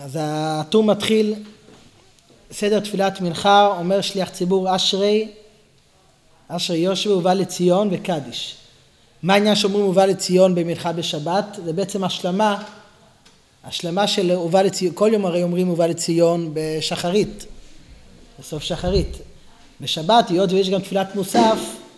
אז הטור מתחיל, סדר תפילת מנחה, אומר שליח ציבור אשרי יושבי ובא לציון וקדיש. מה העניין שאומרים ובא לציון במנחה בשבת? זה בעצם השלמה של ובא לציון, כל יום הרי אומרים ובא לציון בשחרית, בסוף שחרית. בשבת, היות ויש גם תפילת מוסף,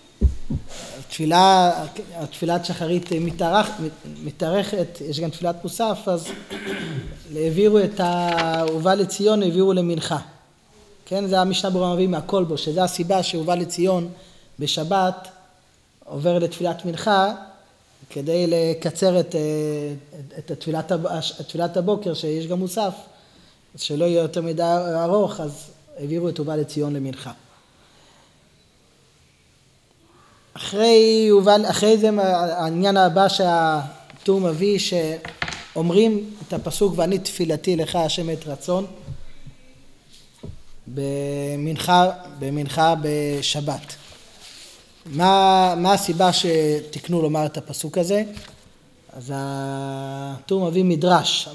תפילת שחרית מתארכת, יש גם תפילת מוסף, אז העבירו את הובא לציון, העבירו למנחה. כן, זה המשנה ברורה מביא מהכל בו, שזה הסיבה שהובא לציון בשבת עובר לתפילת מנחה, כדי לקצר את תפילת הבוקר, שיש גם מוסף, אז שלא יהיה יותר מדי ארוך, אז העבירו את הובא לציון למנחה. אחרי זה העניין הבא שהטור מביא, שאומרים את הפסוק ואני תפילתי לך השם את רצון במנחה בשבת. מה הסיבה שתקנו לומר את הפסוק הזה? אז הטור מביא מדרש.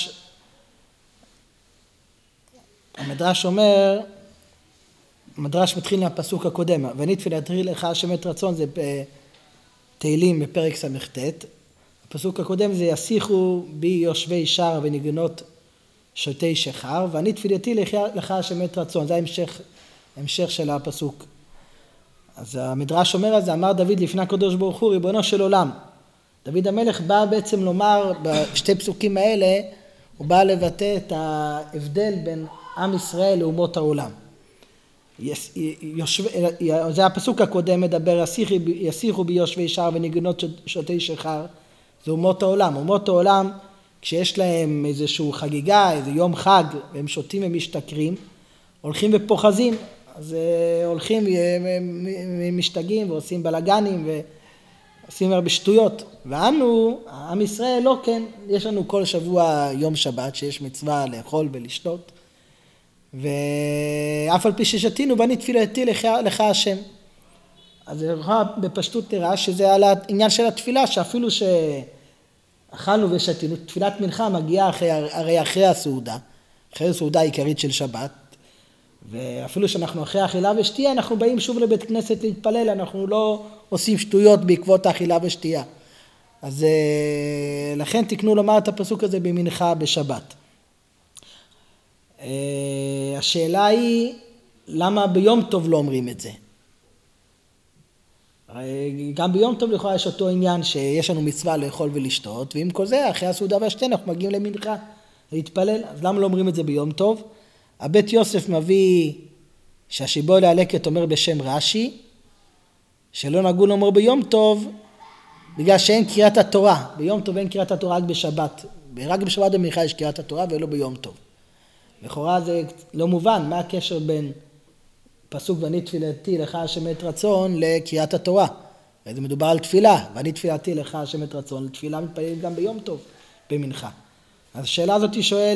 המדרש אומר, המדרש מתחיל מהפסוק הקודם, ואני תפילתי לך השם את רצון, זה תהילים בפרק ס"ט. הפסוק הקודם זה ישיחו בי יושבי שער ונגנות שותי שחר, ואני תפילתי לך השם את רצון, זה המשך של הפסוק. אז המדרש אומר על זה, אמר דוד לפני הקדוש ברוך הוא, ריבונו של עולם. דוד המלך בא בעצם לומר, בשתי פסוקים האלה, הוא בא לבטא את ההבדל בין עם ישראל לאומות העולם. זה הפסוק הקודם מדבר, ישיחו בי יושבי שער ונגנות שותי שחר, זה אומות העולם. אומות העולם, כשיש להם איזשהו חגיגה, איזה יום חג, והם שותים ומשתכרים, הולכים ופוחזים, אז הולכים ומשתגעים ועושים בלגנים ועושים הרבה שטויות. ואנו, עם ישראל לא כן, יש לנו כל שבוע יום שבת שיש מצווה לאכול ולשתות, ואף על פי ששתינו ואני תפילתי לך השם. אז בפשטות נראה שזה על העניין של התפילה, שאפילו שאכלנו ושתינו, תפילת מנחה מגיעה אחרי הסעודה, אחרי הסעודה העיקרית של שבת, ואפילו שאנחנו אחרי אכילה ושתייה, אנחנו באים שוב לבית כנסת להתפלל, אנחנו לא עושים שטויות בעקבות האכילה ושתייה. אז לכן תקנו לומר את הפסוק הזה במנחה בשבת. השאלה היא, למה ביום טוב לא אומרים את זה? גם ביום טוב לכאורה יש אותו עניין שיש לנו מצווה לאכול ולשתות, ועם כל זה, אחרי הסעודה והשתייה אנחנו מגיעים למנחה להתפלל, אז למה לא אומרים את זה ביום טוב? הבית יוסף מביא שהשיבו להלקט אומר בשם רש"י, שלא נהגו לומר ביום טוב, בגלל שאין קריאת התורה. ביום טוב אין קריאת התורה רק בשבת. רק בשבת במנחה יש קריאת התורה ולא ביום טוב. לכאורה זה לא מובן, מה הקשר בין פסוק ואני תפילתי לך השם את רצון לקריאת התורה. זה מדובר על תפילה, ואני תפילתי לך השם את רצון, לתפילה מתפללים גם ביום טוב במנחה. אז השאלה הזאת היא שואל,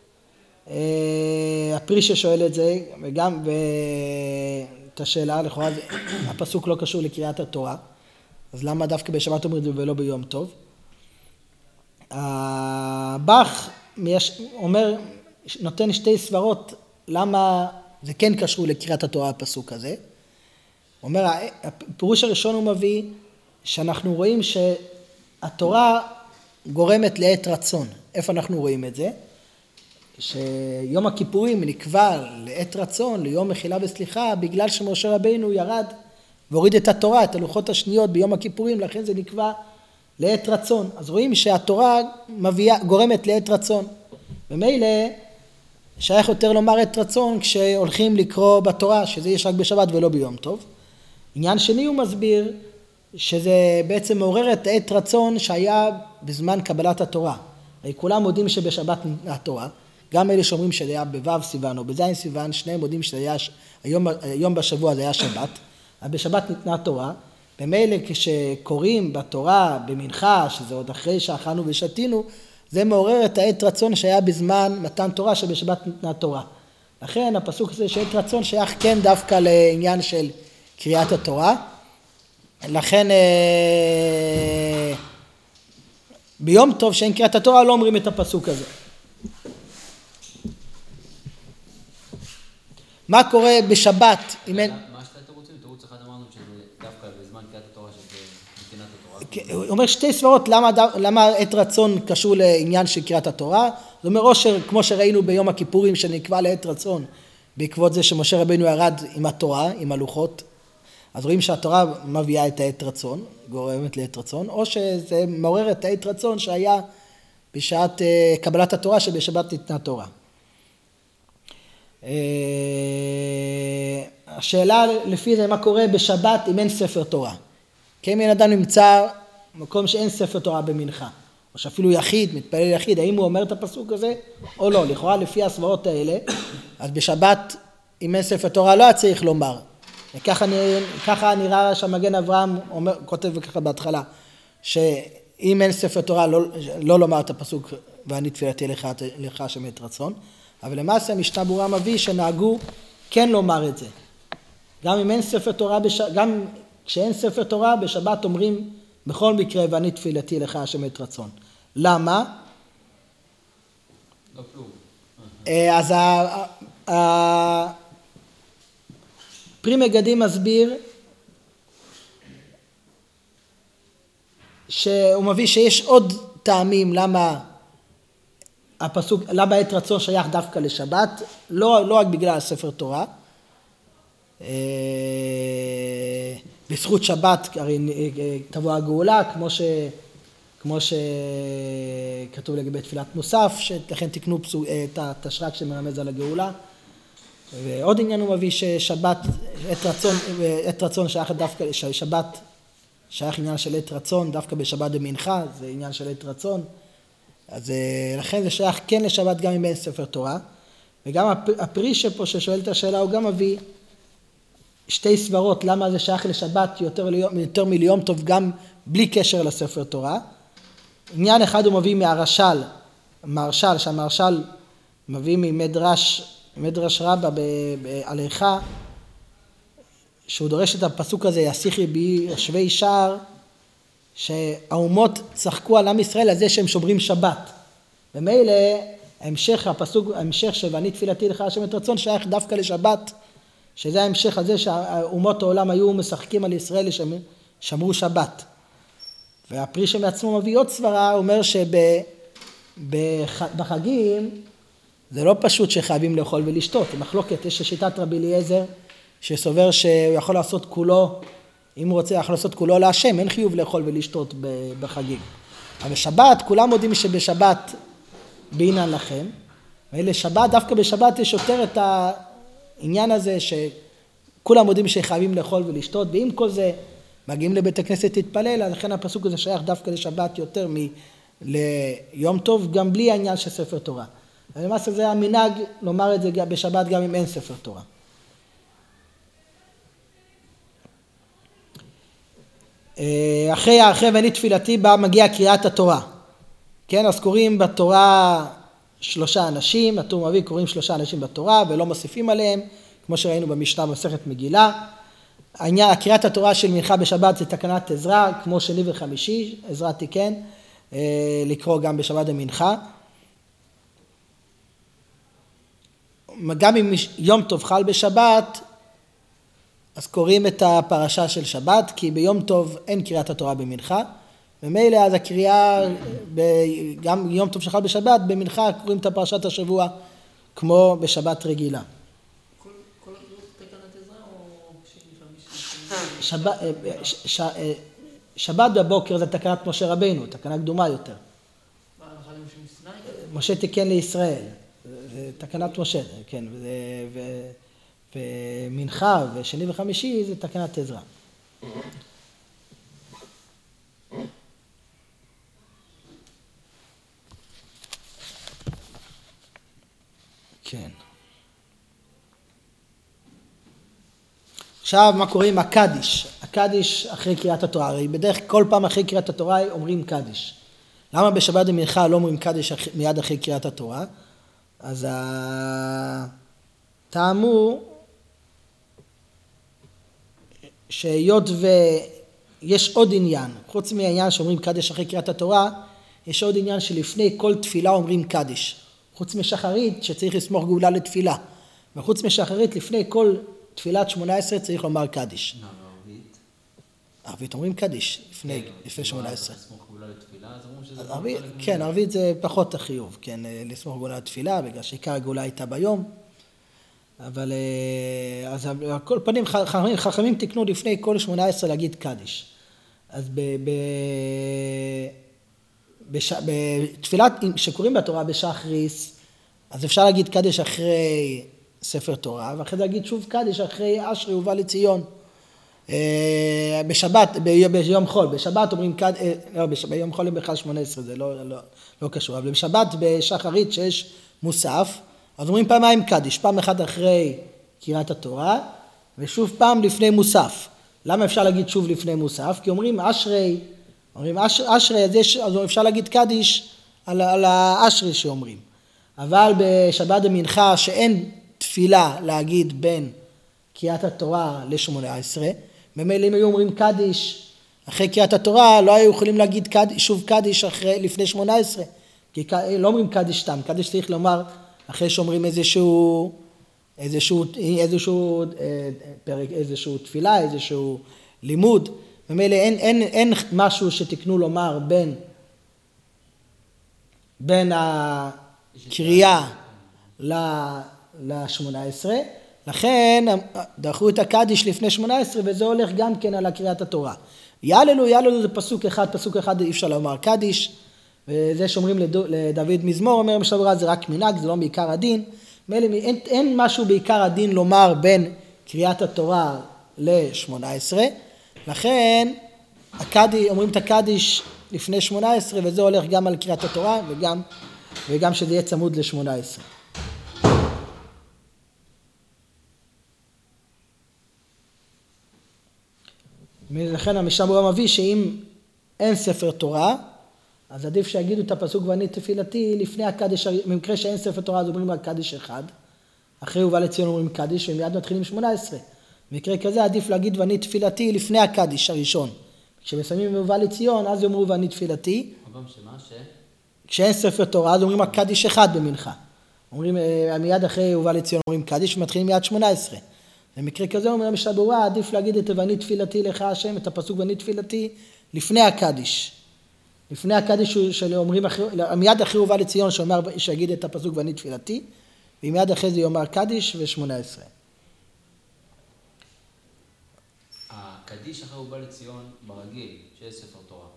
הפריש ששואל את זה, וגם את השאלה, לכאורה הפסוק לא קשור לקריאת התורה, אז למה דווקא בשבת אומרים את זה ולא ביום טוב? הבח אומר, נותן שתי סברות, למה זה כן קשור לקריאת התורה הפסוק הזה. אומר, הפירוש הראשון הוא מביא, שאנחנו רואים שהתורה גורמת לעת רצון. איפה אנחנו רואים את זה? שיום הכיפורים נקבע לעת רצון, ליום מחילה וסליחה, בגלל שמשה רבינו ירד והוריד את התורה, את הלוחות השניות ביום הכיפורים, לכן זה נקבע לעת רצון. אז רואים שהתורה גורמת לעת רצון. ומילא שייך יותר לומר עת רצון כשהולכים לקרוא בתורה, שזה יש רק בשבת ולא ביום טוב. עניין שני הוא מסביר שזה בעצם מעורר את עת רצון שהיה בזמן קבלת התורה. כולם מודים שבשבת ניתנה התורה, גם אלה שאומרים שזה היה בו' סיוון או בז' סיוון, שניהם מודים שזה היה, היום בשבוע זה היה שבת, אבל בשבת ניתנה התורה, במילא כשקוראים בתורה במנחה, שזה עוד אחרי שאכלנו ושתינו, זה מעורר את העת רצון שהיה בזמן מתן תורה שבשבת ניתנה תורה. לכן הפסוק הזה שעת רצון שייך כן דווקא לעניין של קריאת התורה, לכן ביום טוב שאין קריאת התורה לא אומרים את הפסוק הזה. מה קורה בשבת אם אין... מה שאתם רוצים, תירוץ אחד אמרנו שזה דווקא בזמן קריאת התורה שזה נתינת התורה. הוא אומר שתי סברות למה עת רצון קשור לעניין של קריאת התורה. זאת אומרת, או כמו שראינו ביום הכיפורים שנקבע לעת רצון, בעקבות זה שמשה רבינו ירד עם התורה, עם הלוחות, אז רואים שהתורה מביאה את העת רצון, גורמת לעת רצון, או שזה מעורר את העת רצון שהיה בשעת קבלת התורה, שבשבת ניתנה תורה. השאלה לפי זה מה קורה בשבת אם אין ספר תורה. כי אם אדם נמצא במקום שאין ספר תורה במנחה, או שאפילו יחיד, מתפלל יחיד, האם הוא אומר את הפסוק הזה או לא? לכאורה לפי הסברות האלה, אז בשבת אם אין ספר תורה לא צריך לומר. ככה נראה שהמגן אברהם כותב ככה בהתחלה, שאם אין ספר תורה לא לומר את הפסוק ואני תפילתי לך השם עת רצון, אבל למעשה המשנה ברורה מביא שנהגו כן לומר את זה. גם אם אין ספר תורה, גם כשאין ספר תורה בשבת אומרים בכל מקרה ואני תפילתי לך השם עת רצון. למה? לא כלום. אז פרי מגדים מסביר שהוא מביא שיש עוד טעמים למה הפסוק, למה עת רצון שייך דווקא לשבת, לא רק בגלל הספר תורה. בזכות שבת הרי תבוא הגאולה, כמו שכתוב לגבי תפילת מוסף, שלכן תקנו את השרק שמרמז על הגאולה. ועוד עניין הוא מביא ששבת, עת רצון שייך דווקא, שבת שייך עניין של עת רצון, דווקא בשבת במנחה, זה עניין של עת רצון. אז לכן זה שייך כן לשבת גם אם אין ספר תורה. וגם הפרי שפה ששואל את השאלה הוא גם מביא שתי סברות למה זה שייך לשבת יותר מליום טוב גם בלי קשר לספר תורה. עניין אחד הוא מביא מהרש"ל, שהמהרש"ל מביא ממדרש רבה בהלכה, שהוא דורש את הפסוק הזה, ישיחי בי יושבי שער, שהאומות צחקו על עם ישראל על זה שהם שומרים שבת. ומילא ההמשך שבאני תפילתי לך השם עת רצון שייך דווקא לשבת, שזה ההמשך הזה שהאומות העולם היו משחקים על ישראל ששמרו שבת. והפרי שמעצמו מביא עוד סברה, הוא אומר שבחגים זה לא פשוט שחייבים לאכול ולשתות. במחלוקת יש שיטת רבי אליעזר שסובר שהוא יכול לעשות כולו, אם הוא רוצה יכול לעשות כולו להשם, אין חיוב לאכול ולשתות בחגים. אבל שבת, כולם יודעים שבשבת בעינן לכם, ולשבת, דווקא בשבת יש יותר את העניין הזה שכולם יודעים שחייבים לאכול ולשתות, ועם כל זה מגיעים לבית הכנסת להתפלל, אז לכן הפסוק הזה שייך דווקא לשבת יותר ליום טוב, גם בלי העניין של ספר תורה. ולמעשה זה המנהג לומר את זה בשבת גם אם אין ספר תורה. אחרי ואני תפילתי בה מגיעה קריאת התורה. כן, אז קוראים בתורה 3 אנשים, הטור מביא קוראים 3 אנשים בתורה ולא מוסיפים עליהם, כמו שראינו במשנה במסכת מגילה. קריאת התורה של מנחה בשבת זה תקנת עזרא, כמו שני וחמישי, עזרא תיקן, לקרוא גם בשבת המנחה. גם אם יום טוב חל בשבת, אז קוראים את הפרשה של שבת, כי ביום טוב אין קריאת התורה במנחה, ומילא אז הקריאה, גם יום טוב שחל בשבת, במנחה קוראים את פרשת השבוע, כמו בשבת רגילה. כל הקריאות תקנת עזרא או שני וחמישי? שבת בבוקר זה תקנת משה רבינו, תקנה קדומה יותר. מה, החלים של מסיני? משה תיקן לישראל, זה תקנת משה, כן, ומנחה ושני וחמישי זה תקנת עזרא. כן. עכשיו מה קורה עם הקדיש? הקדיש אחרי קריאת התורה, הרי בדרך כל פעם אחרי קריאת התורה אומרים קדיש. למה בשבת המנחה לא אומרים קדיש מיד אחרי קריאת התורה? אז הטעם הוא שהיות ויש עוד עניין, חוץ מהעניין שאומרים קדיש אחרי קריאת התורה, יש עוד עניין שלפני כל תפילה אומרים קדיש. חוץ משחרית שצריך לסמוך גאולה לתפילה. וחוץ משחרית, לפני כל תפילת 18 צריך לומר קדיש. ערבית. ערבית אומרים קדיש, לפני 18. לסמוך גאולה לתפילה, אז אמרו שזה... כן, ערבית זה פחות החיוב, כן, לסמוך גאולה לתפילה, בגלל שעיקר הגאולה הייתה ביום. אבל אז על כל פנים חכמים תקנו לפני כל 18 להגיד קדיש. אז בתפילת שקוראים בתורה בשחריס, אז אפשר להגיד קדיש אחרי ספר תורה, ואחרי זה להגיד שוב קדיש אחרי אשרי ובא לציון. בשבת, ביום חול, בשבת אומרים קדיש, לא, ביום חול הם בכלל 18, זה לא קשור, אבל בשבת בשחרית שיש מוסף, אז אומרים פעמיים קדיש, פעם אחת אחרי קריאת התורה, ושוב פעם לפני מוסף. למה אפשר להגיד שוב לפני מוסף? כי אומרים אשרי, אז אפשר להגיד קדיש על האשרי שאומרים. אבל בשבת המנחה שאין תפילה להגיד בין קריאת התורה ל-18, ממילא אם היו אומרים קדיש אחרי קריאת התורה, לא היו יכולים להגיד שוב קדיש לפני 18, כי לא אומרים קדיש סתם, קדיש צריך לומר אחרי שאומרים איזשהו פרק, איזשהו תפילה, איזשהו לימוד, ממילא אין משהו שתקנו לומר בין הקריאה ל-18, לכן דחו את הקדיש לפני 18 וזה הולך גם כן על קריאת התורה. יעללו זה פסוק אחד אי אפשר לומר קדיש, וזה שאומרים לדוד מזמור, אומר משתברא זה רק מנהג, זה לא בעיקר הדין, אין משהו בעיקר הדין לומר בין קריאת התורה ל-18, לכן אומרים את הקדיש לפני 18 וזה הולך גם על קריאת התורה וגם שזה יהיה צמוד ל-18. לכן המשנה מביא שאם אין ספר תורה, אז עדיף שיגידו את הפסוק ואני תפילתי לפני הקדיש, במקרה שאין ספר תורה אז אומרים רק קדיש אחד, אחרי ובא לציון אומרים קדיש ומיד מתחילים 18. במקרה כזה עדיף להגיד ואני תפילתי לפני הקדיש הראשון. כשמסיימים ובא לציון אז יאמרו ואני תפילתי. כשאין ספר תורה אז אומרים רק קדיש אחד במנחה. אומרים מיד אחרי ובא לציון אומרים קדיש ומתחילים מיד 18. במקרה כזה אומר המשנה ברורה עדיף להגיד את ואני תפילתי לך השם, את הפסוק ואני תפילתי לפני הקדיש. לפני הקדיש שאומרים מיד אחרי ובא לציון שיגיד את הפסוק ואני תפילתי, ומיד אחרי זה יאמר קדיש ו-18. הקדיש אחרי ובא לציון ברגיל, שיש ספר תורה,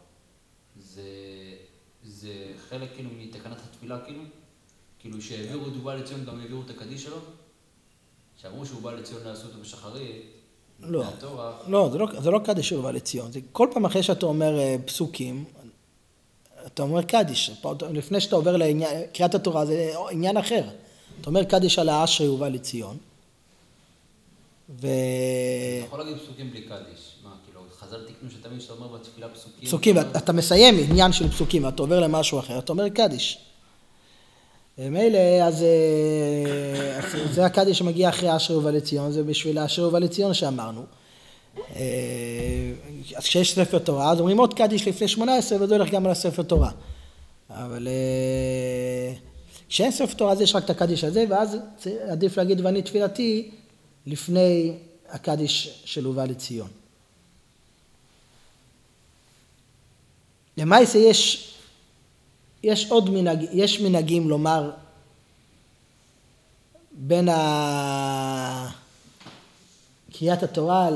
זה חלק כאילו מתקנת התפילה כאילו שהעבירו את ובא לציון גם העבירו את הקדיש שלו? שאמרו שהוא בא לציון לעשות אותו בשחרית, לא, זה לא קדיש שהוא בא לציון, זה כל פעם אחרי שאתה אומר פסוקים, אתה אומר קדיש, לפני שאתה עובר לקריאת התורה זה עניין אחר, אתה אומר קדיש על האשרי ובא לציון, אתה יכול להגיד פסוקים בלי קדיש, מה, כאילו, חז"ל תקנו שתמיד שאתה אומר בתפילה פסוקים... פסוקים, אתה מסיים עניין של פסוקים, אתה עובר למשהו אחר, אתה אומר קדיש. מילא, אז זה הקדיש שמגיע אחרי אשרי ובא לציון, זה בשביל האשרי ובא לציון שאמרנו. אז כשיש ספר תורה, אז אומרים עוד קדיש לפני 18, וזה הולך גם על הספר תורה. אבל כשאין ספר תורה, אז יש רק את הקדיש הזה, ואז עדיף להגיד ואני תפילתי לפני הקדיש של ובא לציון. למעשה יש עוד יש מנהגים לומר בין קריאת התורה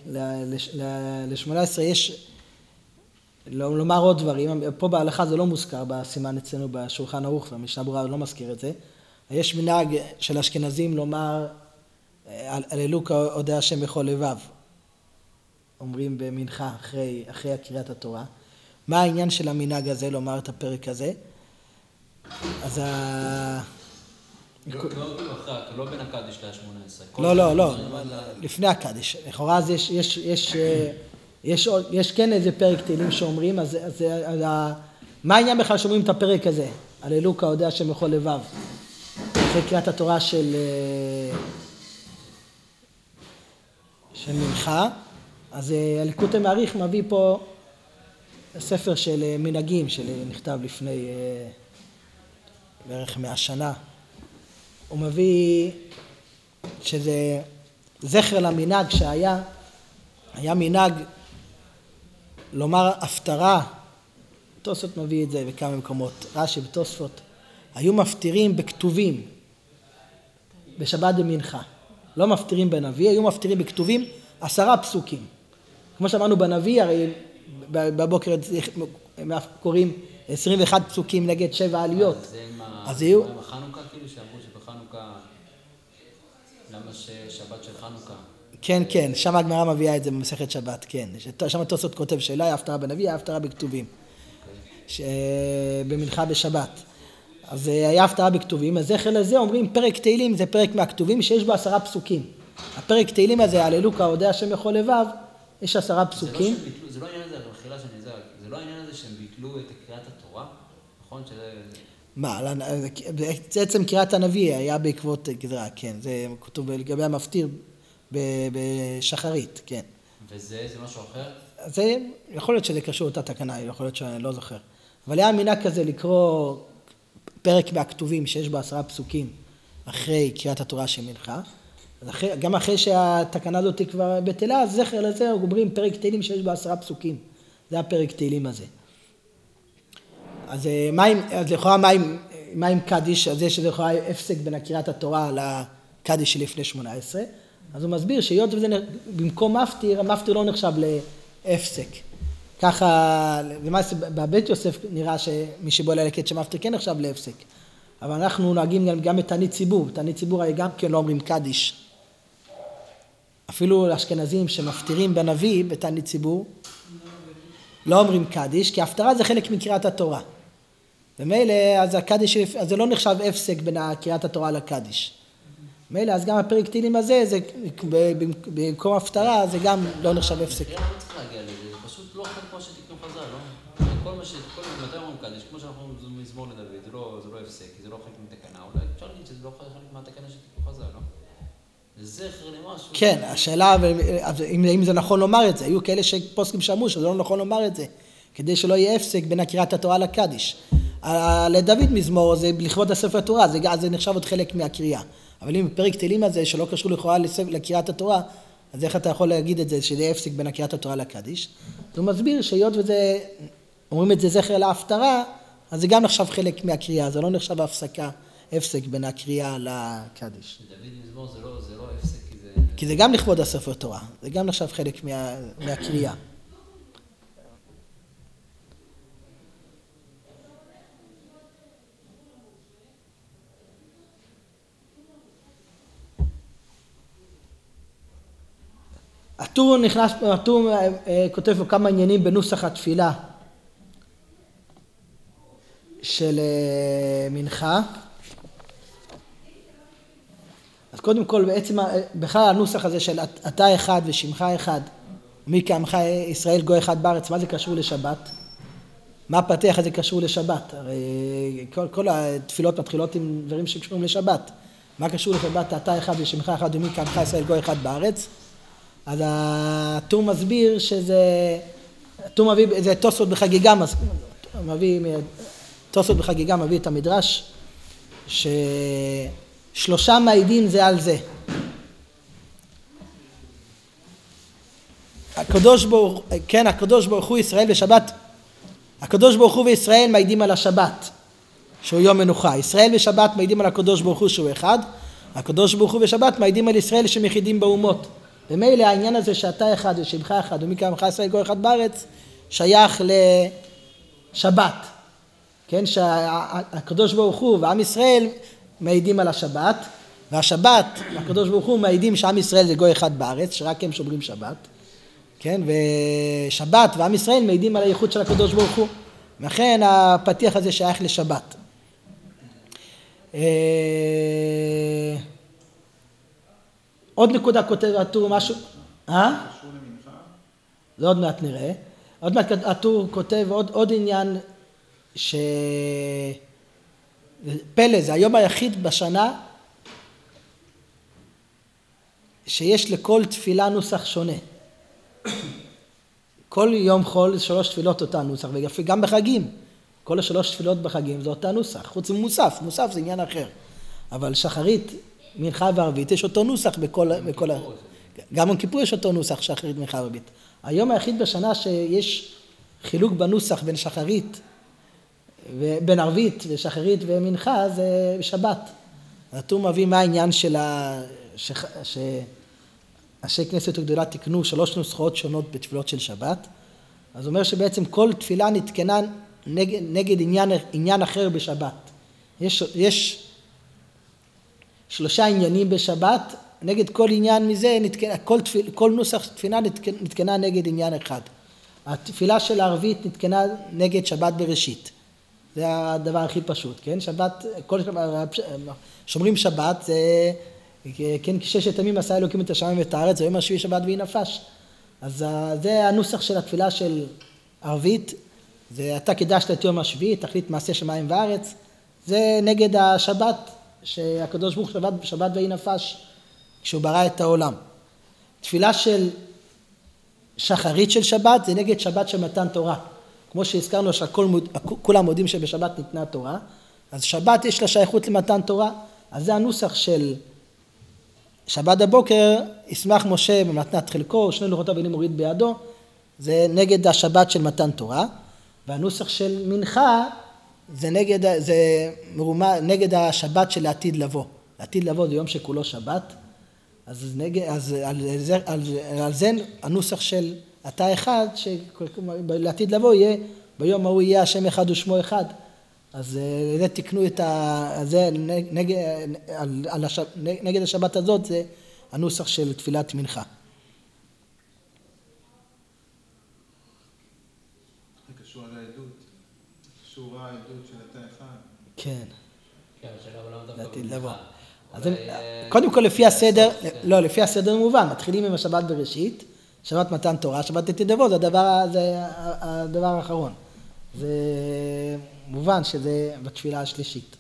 ל-18 יש לומר עוד דברים, פה בהלכה זה לא מוזכר בסימן אצלנו בשולחן ערוך והמשנה ברורה לא מזכיר את זה, יש מנהג של אשכנזים לומר הללו אודה השם בכל לבב, אומרים במנחה אחרי קריאת התורה. מה העניין של המנהג הזה, לומר את הפרק הזה? אז לא בין הקדיש ל-18. לא, לפני הקדיש. לכאורה אז יש כן איזה פרק תהילים שאומרים, אז מה העניין בכלל שאומרים את הפרק הזה? הללו אודה השם בכל לבב. אחרי קריאת התורה של מנחה. אז הליקוטי מעריך מביא פה ספר של מנהגים שנכתב לפני בערך 100 שנה. הוא מביא שזה זכר למנהג שהיה, היה מנהג לומר הפטרה, תוספות מביא את זה בכמה מקומות, רש"י ותוספות, היו מפטירים בכתובים בשבת ומנחה, לא מפטירים בנביא, היו מפטירים בכתובים 10 פסוקים. כמו שאמרנו בנביא, הרי בבוקר קוראים 21 פסוקים נגד 7 עליות. אז זה עם החנוכה, כאילו שאמרו שבחנוכה, למה שבת של חנוכה? כן, כן, שם הגמרא מביאה את זה במסכת שבת, כן. שם התוספות כותב שלא היה הפטרה בנביא, היה הפטרה בכתובים. במנחה בשבת. אז היה הפטרה בכתובים, אז זכר לזה אומרים פרק תהילים, זה פרק מהכתובים שיש בו 10 פסוקים. הפרק תהילים הזה, הללו כהודיה השם בכל לבב, יש 10 פסוקים. זה לא העניין הזה, במחילה שאני נזהר, זה לא העניין הזה שהם ביטלו את קריאת התורה, נכון? מה, זה עצם קריאת הנביא היה בעקבות גזרה, כן, זה כתוב לגבי המפטיר בשחרית, כן. וזה משהו אחר? זה יכול להיות שזה קשור לאותה תקנה, יכול להיות שאני לא זוכר. אבל היה מנהג כזה לקרוא פרק מהכתובים שיש בו 10 פסוקים אחרי קריאת התורה של מנחה. גם אחרי שהתקנה הזאת כבר בטלה, אז זכר לזה אומרים פרק תהילים שיש בו 10 פסוקים. זה הפרק תהילים הזה. אז לכאורה מה עם קדיש? אז יש לכאורה הפסק בין קריאת התורה לקדיש שלפני 18. אז הוא מסביר שהיות וזה במקום מפטיר, המפטיר לא נחשב להפסק. ככה, למעשה בבית יוסף נראה שמי שבוא ללקט שמפטיר כן נחשב להפסק. אבל אנחנו נוהגים גם בתענית ציבור. בתענית ציבור הרי גם כן לא אומרים קדיש. אפילו לאשכנזים שמפטירים בנביא בתענית ציבור, לא אומרים קדיש, כי ההפטרה זה חלק מקריאת התורה. ומילא, אז הקדיש, אז זה לא נחשב הפסק בין קריאת התורה לקדיש. מילא, אז גם הפרק תהילים הזה, זה במקום הפטרה, זה גם לא נחשב הפסק. למה צריך להגיע לזה? זה פשוט לא חלק כמו שתקנו חז"ל, לא? מתי אומרים קדיש, כמו שאנחנו אומרים מזמור לדוד, זה לא הפסק, זה לא חלק מתקנה, אולי אפשר להגיד שזה לא חלק מהתקנה שתקנו חז"ל, לא? זה זכר למשהו. כן, השאלה, אם זה נכון לומר את זה, היו כאלה שפוסקים שאמרו שזה לא נכון לומר את זה, כדי שלא יהיה הפסק בין קריאת התורה לקדיש. לדוד מזמור זה לכבוד הספר התורה, זה נחשב עוד חלק מהקריאה. אבל אם בפרק תהילים הזה שלא קשור לכאורה לקריאת התורה, אז איך אתה יכול להגיד את זה, שזה יהיה הפסק בין קריאת התורה לקדיש? הוא מסביר שהיות וזה, אומרים את זה זכר להפטרה, אז זה גם נחשב חלק מהקריאה, זה לא נחשב הפסק בין הקריאה לקדיש. דוד מזמור זה לא הפסק, כי זה גם לכבוד הספר תורה, זה גם נחשב חלק מהקריאה. הטור כותב לו כמה עניינים בנוסח התפילה של מנחה. אז קודם כל בעצם בכלל הנוסח הזה של אתה אחד ושמך אחד, מי כעמך ישראל גוי אחד בארץ, מה זה קשור לשבת? מה הפתח הזה קשור לשבת? הרי כל התפילות מתחילות עם דברים שקשורים לשבת. מה קשור לשבת? אתה אחד ושמך אחד ומי כעמך ישראל גוי אחד בארץ? אז הטור מסביר שזה, הטור מביא, זה תוספות בחגיגה, תוספות בחגיגה מביא את המדרש, ששלושה מעידים זה על זה. הקדוש ברוך הוא ישראל בשבת, הקדוש ברוך הוא וישראל מעידים על השבת, שהוא יום מנוחה. ישראל בשבת מעידים על הקדוש ברוך הוא שהוא אחד, הקדוש ברוך הוא בשבת מעידים על ישראל שהם יחידים באומות. ומילא העניין הזה שאתה אחד ושמך אחד ומי כעמך ישראל גוי אחד בארץ שייך לשבת, כן? שהקדוש ברוך הוא ועם ישראל מעידים על השבת, והשבת, הקדוש ברוך הוא מעידים שעם ישראל זה גוי אחד בארץ, שרק הם שומרים שבת, כן? ושבת ועם ישראל מעידים על הייחוד של הקדוש ברוך הוא, לכן הפתיח הזה שייך לשבת. עוד נקודה כותב הטור משהו, זה עוד מעט נראה. עוד מעט הטור כותב עוד עניין פלא, זה היום היחיד בשנה שיש לכל תפילה נוסח שונה. כל יום חול 3 תפילות אותה נוסח, וגם בחגים. כל 3 תפילות בחגים זה אותה נוסח, חוץ ממוסף, מוסף זה עניין אחר. אבל שחרית מנחה וערבית, יש אותו נוסח בכל גם יום כיפור יש אותו נוסח שחרית מנחה וערבית. היום היחיד בשנה שיש חילוק בנוסח בין שחרית, בין ערבית ושחרית ומנחה זה בשבת. הטור מביא מה העניין של אנשי כנסת הגדולה תקנו 3 נוסחאות שונות בתפילות של שבת. אז אומר שבעצם כל תפילה נתקנה נגד עניין אחר בשבת. יש 3 עניינים בשבת, נגד כל עניין מזה, כל נוסח תפילה נתקנה נגד עניין אחד. התפילה של הערבית נתקנה נגד שבת בראשית. זה הדבר הכי פשוט, כן? שבת, שומרים שבת, זה, כן, 6 ימים עשה אלוקים את השמיים ואת הארץ, זה יום השביעי שבת ויהי נפש. אז זה הנוסח של התפילה של ערבית, זה אתה קידשת את יום השביעי, תחליט מעשה שמיים וארץ, זה נגד השבת, שהקדוש ברוך הוא שבת ויהי נפש, כשהוא ברא את העולם. תפילה של שחרית של שבת, זה נגד שבת של מתן תורה. כמו שהזכרנו שכולם מודים שבשבת ניתנה תורה, אז שבת יש לה שייכות למתן תורה, אז זה הנוסח של שבת הבוקר, ישמח משה במתנת חלקו, 2 לוחותיו ואלים מוריד בידו, זה נגד השבת של מתן תורה, והנוסח של מנחה, זה נגד השבת של העתיד לבוא. העתיד לבוא זה יום שכולו שבת, אז על זה הנוסח של אתה אחד, שלעתיד לבוא יהיה, ביום ההוא יהיה השם אחד ושמו אחד. אז זה תקנו את זה נגד השבת הזאת, זה הנוסח של תפילת מנחה. זה קשור על העדות, קשור העדות של אתה אחד. כן. כן, השאלה אבל למה לעתיד דווקא לבוא. במנחה? אז קודם כל לפי הסדר, לא, לפי הסדר מובן, מתחילים עם השבת בראשית, שבת מתן תורה, שבת עתיד לבוא, זה הדבר האחרון. זה מובן שזה בתפילה השלישית.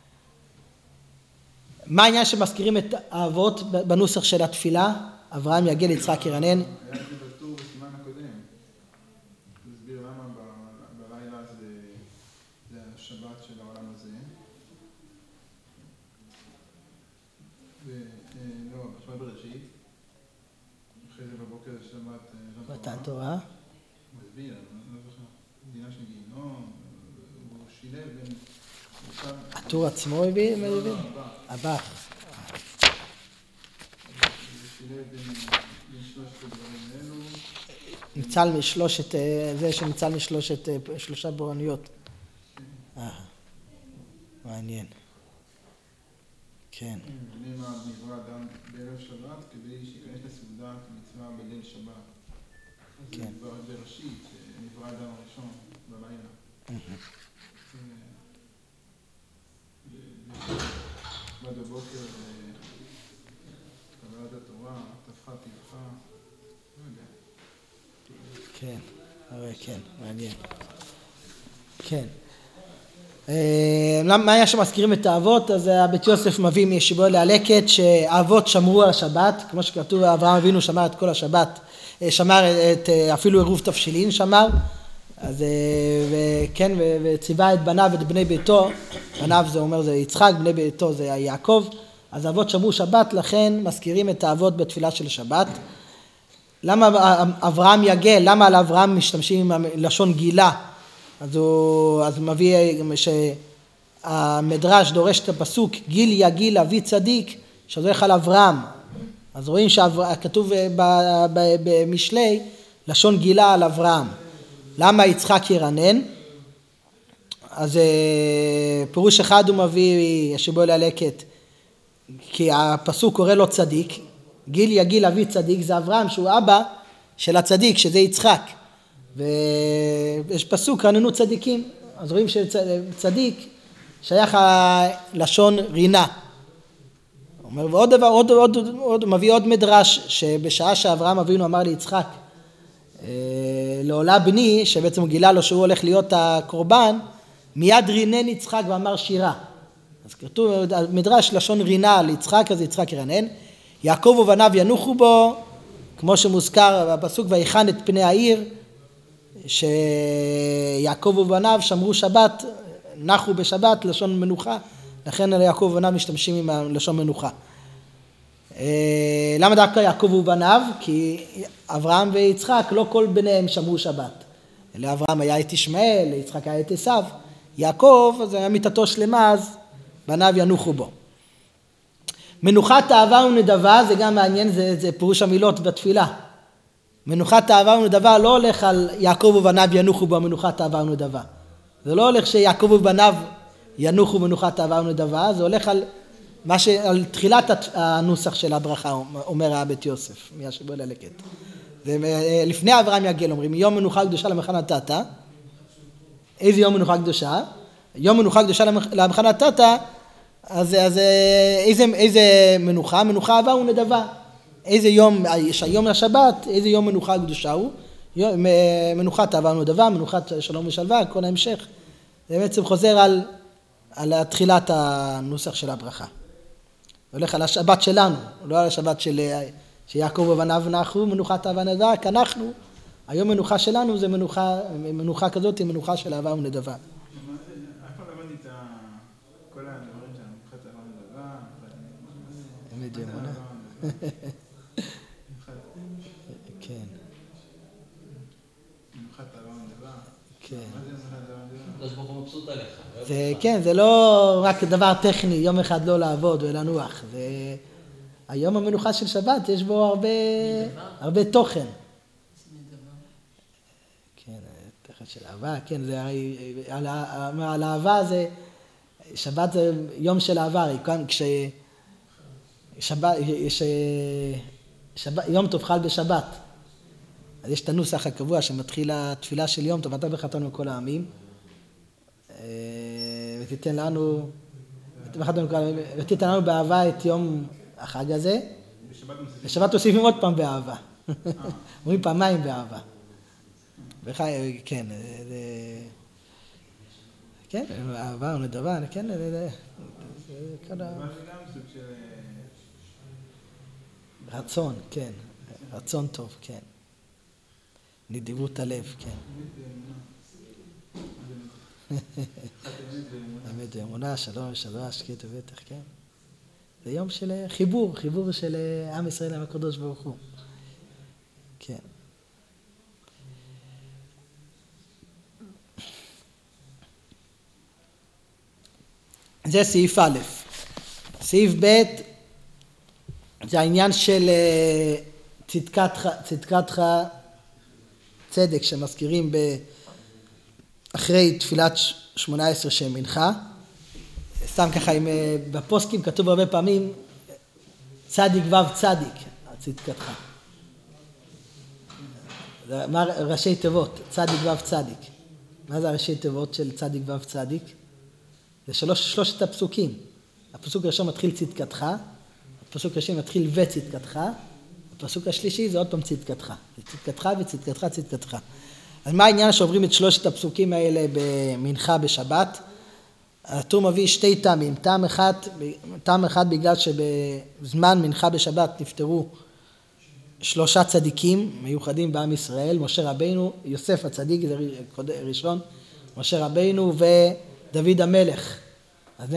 מה העניין שמזכירים את האבות בנוסח של התפילה? אברהם יגל יצחק ירנן. היה לי בטור בסימן הקודם. להסביר למה בלילה זה השבת של העולם הזה. לא, בשבת בראשית. אחרי זה בבוקר שבת מתן תורה. הוא הסביר, אני לא זוכר. מדינה של גיהנום, הוא שילב בין... הטור עצמו הביא? הבח. שילב בין שלושת הדברים האלו. ניצל משלושת, זה שניצל משלושת, 3 בורניות. מעניין. כן. נאמר נברא אדם בערב שבת כדי שייכנס לסעודה כמצווה בליל שבת. כן. זה בראשית, נברא אדם הראשון בלילה. עד הבוקר קבלת התורה, תפחה תלכה, לא יודע. כן, הרי כן, מעניין. כן. מה היה שמזכירים את האבות? אז הבית יוסף מביא מישיבו להלקט שהאבות שמרו על השבת, כמו שכתוב אברהם אבינו שמר את כל השבת, שמר את אפילו עירוב תבשילין שמר, אז וכן, וציווה את בניו ואת בני ביתו, בניו זה אומר זה יצחק, בני ביתו זה יעקב, אז האבות שמרו שבת, לכן מזכירים את האבות בתפילה של שבת. למה אברהם יגל, למה על אברהם משתמשים עם לשון גילה? אז מביא שהמדרש דורש את הפסוק גיל יגיל אבי צדיק, שזה הולך על אברהם. אז רואים שכתוב במשלי לשון גילה על אברהם. למה יצחק ירנן? אז פירוש אחד הוא מביא ישיבו להלקט, כי הפסוק קורא לו צדיק, גיל יגיל אבי צדיק, זה אברהם שהוא אבא של הצדיק, שזה יצחק. ויש פסוק רננו צדיקים, אז רואים שצדיק שייך לשון רינה. אומר, ועוד דבר, עוד מביא עוד מדרש, שבשעה שאברהם אבינו אמר ליצחק, לעולה בני, שבעצם הוא גילה לו שהוא הולך להיות הקורבן, מיד רינן יצחק ואמר שירה. אז כתוב מדרש לשון רינה ליצחק, אז יצחק ירנן. יעקב ובניו ינוחו בו, כמו שמוזכר בפסוק ויחן את פני העיר, שיעקב ובניו שמרו שבת, נחו בשבת לשון מנוחה, לכן יעקב ובניו משתמשים עם לשון מנוחה. למה דווקא יעקב ובניו? כי אברהם ויצחק, לא כל ביניהם שמרו שבת. לאברהם היה את ישמעאל, ליצחק היה את עשיו. יעקב, זה היה מיתתו שלמה, אז בניו ינוחו בו. מנוחת אהבה ונדבה, זה גם מעניין, זה פירוש המילות בתפילה. מנוחת אהבה ונדבה לא הולך על יעקב ובניו ינוחו בו מנוחת אהבה ונדבה. זה לא הולך שיעקב ובניו ינוחו מנוחת אהבה ונדבה, זה הולך על תחילת הנוסח של הברכה, אומר הבית יוסף, מהשבוע ללקט. לפני אברהם יגל אומרים, יום מנוחה קדושה למך נתת. איזה יום מנוחה קדושה? יום מנוחה קדושה למך נתת, אז איזה מנוחה? מנוחה אהבה ונדבה. איזה יום, היום השבת, איזה יום מנוחה קדושה הוא? מנוחת אהבה ונדבה, מנוחת שלום ושלווה, כל ההמשך. זה בעצם חוזר על תחילת הנוסח של הברכה. הולך על השבת שלנו, לא על השבת שיעקב ובניו נחו, מנוחת אהבה ונדבה, כי אנחנו, היום מנוחה שלנו זה מנוחה כזאת, היא מנוחה של אהבה ונדבה. אף פעם למדתי את כל הדברים שלנו, מנוחת אהבה ונדבה, אמת ואמונה. כן. מנוחת אהבה ונדבה. כן. מה זה מנוחת אהבה ונדבה? הקדוש ברוך הוא מבסוט עליך. זה, כן, זה לא רק דבר טכני, יום אחד לא לעבוד ולנוח. זה, היום המנוחה של שבת, יש בו הרבה תוכן. כן, תוכן של אהבה, כן, זה הרי, על אהבה זה, שבת זה יום של אהבה, הרי כאן יום טוב חל בשבת. אז יש את הנוסח הקבוע שמתחיל התפילה של יום טוב, אתה וחתנו כל העמים. ותיתן לנו באהבה את יום החג הזה. בשבת מוסיפים עוד פעם באהבה. אומרים פעמיים באהבה. כן, כן, אהבה ונדבה, כן, זה גם סוג של... רצון, כן, רצון טוב, כן. נדיבות הלב, כן. אמת ואמונה, שלום ושלווה, השקט ובטח, כן. זה יום של חיבור של עם ישראל עם הקדוש ברוך הוא. כן. זה סעיף א'. סעיף ב' זה העניין של צדקתך צדק שמזכירים אחרי תפילת 18 שם מנחה. סתם ככה, בפוסקים כתוב הרבה פעמים צדיק וו צדיק, צדקתך. מה ראשי תיבות? צדיק וו צדיק. מה זה הראשי תיבות של צדיק וו צדיק? זה שלושת הפסוקים. הפסוק הראשון מתחיל צדקתך, הפסוק השני מתחיל וצדקתך, הפסוק השלישי זה עוד פעם צדקתך. זה צדקתך וצדקתך, צדקתך. אז מה העניין שעוברים את שלושת הפסוקים האלה במנחה בשבת? הטור מביא שתי טעמים. טעם אחד בגלל שבזמן מנחה בשבת נפטרו 3 צדיקים מיוחדים בעם ישראל, משה רבינו, יוסף הצדיק, זה ראשון, משה רבינו ודוד המלך. אז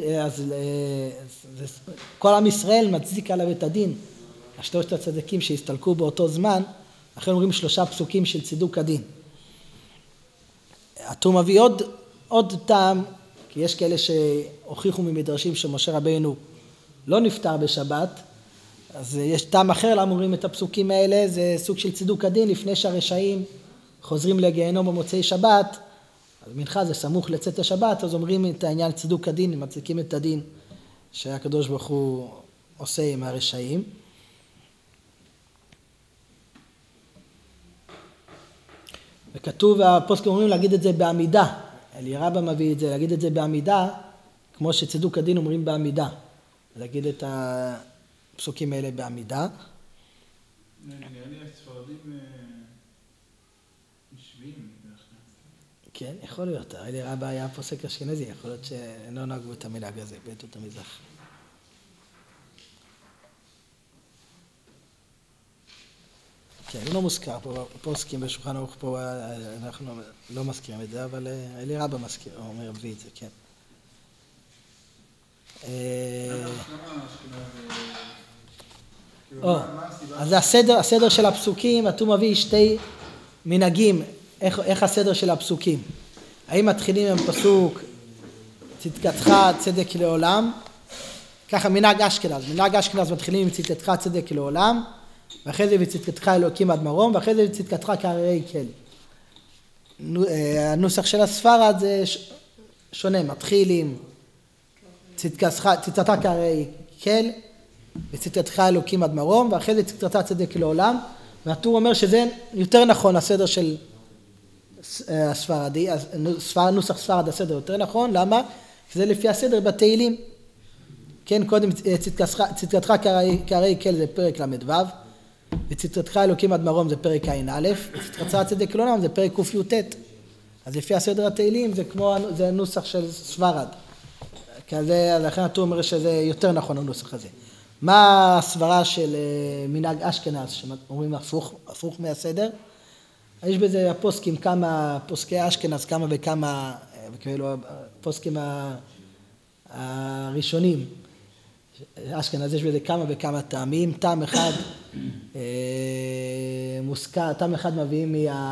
כל עם ישראל מצדיק עליו את הדין. 3 הצדיקים שהסתלקו באותו זמן, לכן אומרים 3 פסוקים של צידוק הדין. הטור מביא עוד טעם, כי יש כאלה שהוכיחו ממדרשים שמשה רבינו לא נפטר בשבת, אז יש טעם אחר למה אומרים את הפסוקים האלה, זה סוג של צידוק הדין, לפני שהרשעים חוזרים לגיהנום במוצאי שבת, אז מנחה זה סמוך לצאת השבת, אז אומרים את העניין צידוק הדין, מצדיקים את הדין שהקדוש ברוך הוא עושה עם הרשעים. וכתוב, הפוסקים אומרים להגיד את זה בעמידה, אלירבא מביא את זה, להגיד את זה בעמידה, כמו שצידוק הדין אומרים בעמידה, להגיד את הפסוקים האלה בעמידה. נראה לי הספרדים משווים בדרך כלל. כן, יכול להיות, אלירבא היה פוסק אשכנזי, יכול להיות שלא נהגו את המנהג הזה, בעדות המזרח. כן, הוא לא מוזכר פה, פוסקים בשולחן ערוך פה, אנחנו לא מזכירים את זה, אבל אלירבא מזכיר, הוא אומר, מביא את זה, כן. למה אשכנז כאילו, או, מה הסיבה? אז הסדר של הפסוקים, הטור מביא שתי מנהגים, איך הסדר של הפסוקים. האם מתחילים עם פסוק צדקתך צדק לעולם, ככה מנהג אשכנז מתחילים עם צדקתך צדק לעולם, ואחרי זה וצדקתך אלוקים עד מרום, ואחרי זה וצדקתך כהררי כל. הנוסח של הספרד זה שונה, מתחיל עם צדקתך כהררי כל, וצדקתך אלוקים עד מרום, ואחרי זה צדקתך צדק לעולם, והטור אומר שזה יותר נכון הסדר של הספרדי, נוסח ספרד הסדר יותר נכון, למה? כי זה לפי הסדר בתהילים. כן, קודם צדקתך כהררי כל זה פרק ל"ו, וצדקתך אלוקים עד מרום זה פרק ע"א, וצדקתך צדק לעולם זה פרק קי"ט. אז לפי הסדר התהילים זה נוסח של ספרד. כזה, לכן הטור אומר שזה יותר נכון הנוסח הזה. מה הסברה של מנהג אשכנז, שאומרים הפוך מהסדר? יש בזה הפוסקים, כמה פוסקי אשכנז, כמה וכמה, כאילו הפוסקים הראשונים. אשכנז יש בזה כמה וכמה טעמים, טעם אחד מוסקה, טעם אחד מביאים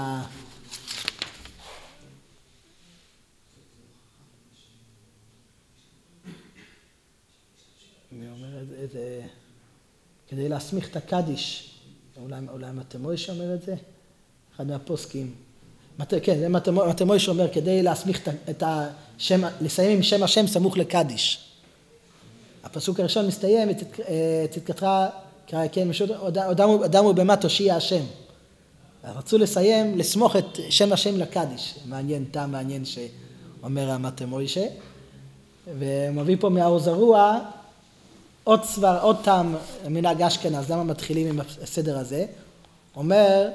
מי אומר את זה, כדי להסמיך את הקדיש, אולי מתמויש אומר את זה, אחד מהפוסקים, כן, זה מתמויש אומר, כדי להסמיך את השם, לסיים עם שם השם סמוך לקדיש. הפסוק הראשון מסתיים, צדקתך כן, אדם הוא במה תושיע השם. רצו לסיים, לסמוך את שם השם לקדיש. מעניין, טעם מעניין שאומר המתמוישה. ומביא פה מהאור זרוע עוד טעם מנהג אשכנז, למה מתחילים עם הסדר הזה. אומר,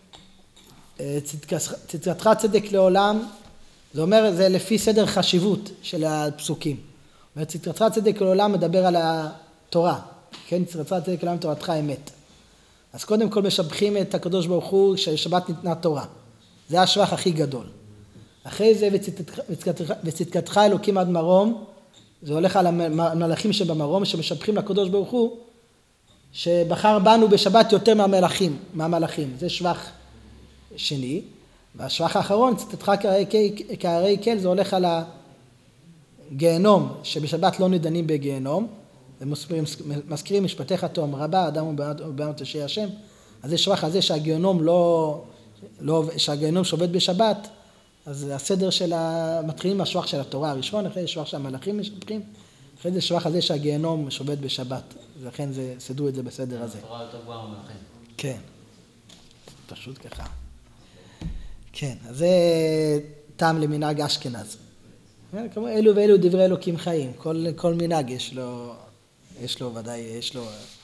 צדקתך צדק לעולם, זה אומר, זה לפי סדר חשיבות של הפסוקים. וצדקתך צדק לעולם מדבר על התורה, כן? צדקתך צדק לעולם תורתך אמת. אז קודם כל משבחים את הקדוש ברוך הוא ששבת ניתנה תורה. זה השבח הכי גדול. אחרי זה וצדקתך אלוקים עד מרום, זה הולך על המלאכים שבמרום שמשבחים לקדוש ברוך הוא שבחר בנו בשבת יותר מהמלאכים. זה שבח שני. והשבח האחרון, צדקתך כהררי כל, זה הולך על גיהנום, שבשבת לא נידנים בגיהנום, ומזכירים משפטיך תום רבה, אדם ובאמת תושיע השם, אז זה שבח הזה שהגיהנום שהגיהנום שעובד בשבת, אז הסדר של מתחילים מהשבח של התורה הראשון, אחרי זה שבח שהמלאכים משבחים, אחרי זה שבח הזה שהגיהנום שעובד בשבת, ולכן סדרו את זה בסדר הזה. התורה יותר גבוהה מהמלאכים. כן. פשוט ככה. כן, אז זה טעם למנהג אשכנז. כמו אלו ואלו דברי אלוקים חיים, כל מנהג יש לו ודאי, יש לו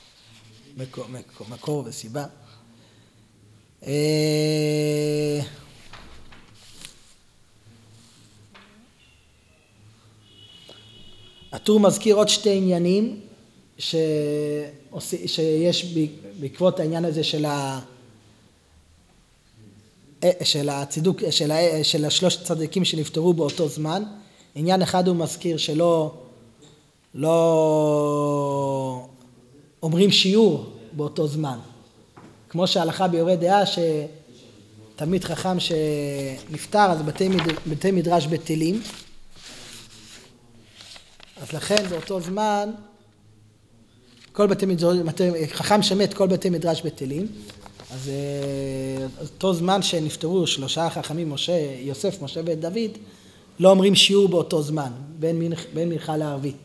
מקור וסיבה. הטור מזכיר עוד שתי עניינים שיש בעקבות העניין הזה של הצידוק, של השלושת צדיקים שנפטרו באותו זמן. עניין אחד הוא מזכיר שלא אומרים שיעור באותו זמן. כמו שההלכה ביורה דעה שתלמיד חכם שנפטר, אז בתי מדרש בטלים. אז לכן באותו זמן, חכם שמת כל בתי מדרש בטלים. אז אותו זמן שנפטרו שלושה חכמים, יוסף, משה ודוד, לא אומרים שיעור באותו זמן, בין מנחה לערבית.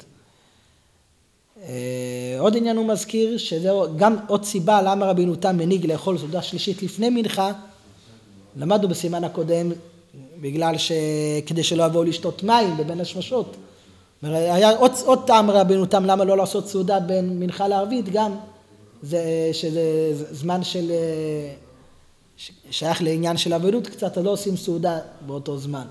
עוד עניין הוא מזכיר, שזה גם עוד סיבה למה רבינו תם מנהיג לאכול סעודה שלישית לפני מנחה, למדנו בסימן הקודם, כדי שלא יבואו לשתות מים בבין השמשות. היה עוד טעם רבינו תם למה לא לעשות סעודה בין מנחה לערבית, גם שזה זמן שייך לעניין של אבלות קצת, אז לא עושים סעודה באותו זמן.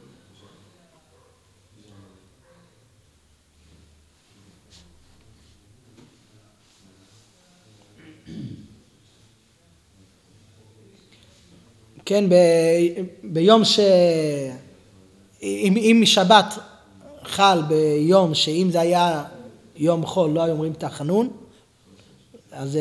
כן, ביום אם שבת חל ביום שאם זה היה יום חול לא היו אומרים תחנון, אז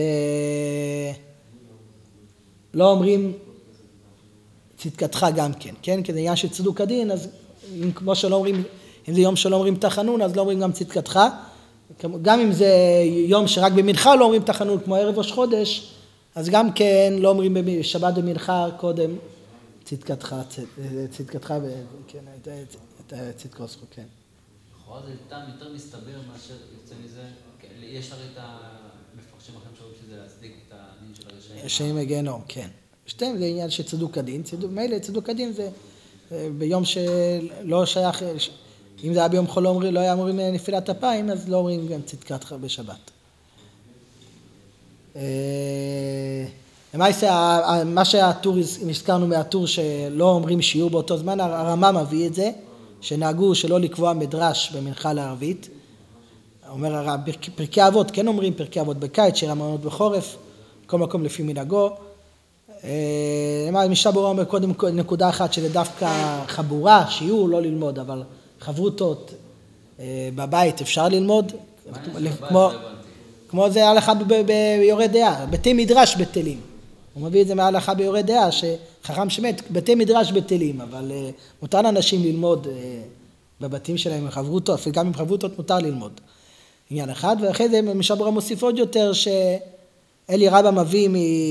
לא אומרים צדקתך גם כן, כן? כי זה עניין של צדוק הדין, אז כמו שלא אומרים, אם זה יום שלא אומרים תחנון, אז לא אומרים גם צדקתך. גם אם זה יום שרק במנחה לא אומרים תחנון, כמו ערב ראש חודש, אז גם כן לא אומרים בשבת במנחה קודם צדקתך, כן, את צדקו זכו, כן. לכאורה זה טעם יותר מסתבר מאשר יוצא מזה, יש הרי את המפרשים אחרים שאומרים שזה להצדיק את הדין של הרשעים. רשעים מגיהנום, כן. שתיים זה עניין של צדוק הדין, מילא צדוק הדין זה ביום שלא שייך, אם זה היה ביום חול לא היה אומרים נפילת אפיים, אז לא אומרים גם צדקתך בשבת. מה שהטור, אם הזכרנו מהטור שלא אומרים שיעור באותו זמן, הרמה מביא את זה, שנהגו שלא לקבוע מדרש במנחה לערבית. אומר, פרקי אבות, כן אומרים פרקי אבות בקיץ, שיר המעונות בחורף, כל מקום לפי מנהגו. משנה ברורה אומר קודם נקודה אחת שזה דווקא חבורה, שיעור לא ללמוד, אבל חברותות בבית אפשר ללמוד, כמו זה ההלכה ביורי דעה, בתי מדרש בטלים. הוא מביא את זה מההלכה ביורי דעה, שחכם שמת, בתי מדרש בטלים, אבל מותר לאנשים ללמוד בבתים שלהם עם חברותות, וגם עם חברותות מותר ללמוד. עניין אחד, ואחרי זה משנה ברורה מוסיף עוד יותר, שאלי רבא מביא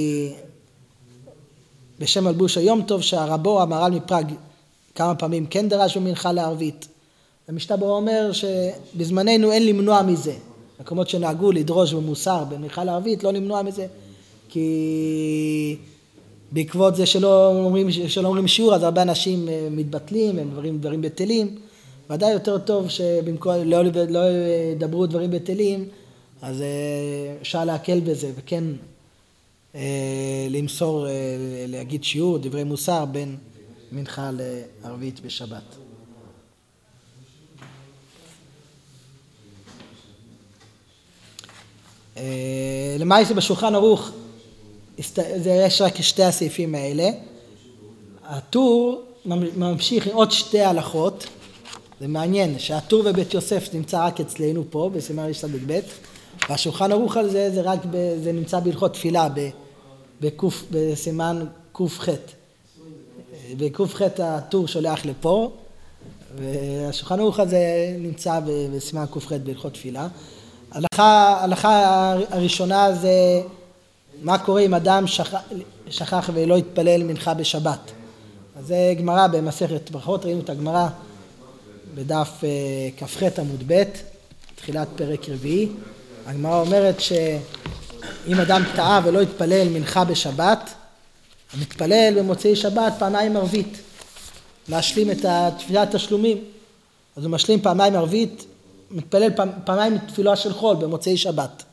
בשם מלבוש היום טוב, שהרבו המהר"ל מפראג כמה פעמים כן דרש במנחה לערבית. המשנה ברורה אומר שבזמננו אין למנוע מזה. מקומות שנהגו לדרוש במוסר במנחה לערבית, לא למנוע מזה, כי בעקבות זה שלא אומרים שיעור, אז הרבה אנשים מתבטלים, הם דברים בטלים. ודאי יותר טוב שבמקום לא ידברו דברים בטלים, אז אפשר להקל בזה, וכן למסור, להגיד שיעור, דברי מוסר בין מנחה לערבית בשבת. למעשה בשולחן ערוך, יש רק שתי הסעיפים האלה. הטור ממשיך עם עוד שתי הלכות. זה מעניין שהטור ובית יוסף נמצא רק אצלנו פה, בסימן רש"ב, והשולחן ערוך על זה, זה נמצא בהלכות תפילה, בסימן ק"ח. בק"ח הטור שולח לפה, והשולחן ערוך הזה נמצא בסימן ק"ח בהלכות תפילה. ההלכה הראשונה זה מה קורה אם אדם שכח ולא יתפלל מנחה בשבת. אז זה גמרא במסכת ברכות, ראינו את הגמרא בדף כ"ח עמוד ב', תחילת פרק רביעי. הגמרא אומרת שאם אדם טעה ולא יתפלל מנחה בשבת, הוא מתפלל במוצאי שבת פעמיים ערבית, להשלים את תפילת התשלומים. אז הוא משלים פעמיים ערבית, מתפלל פעמיים תפילה של חול במוצאי שבת.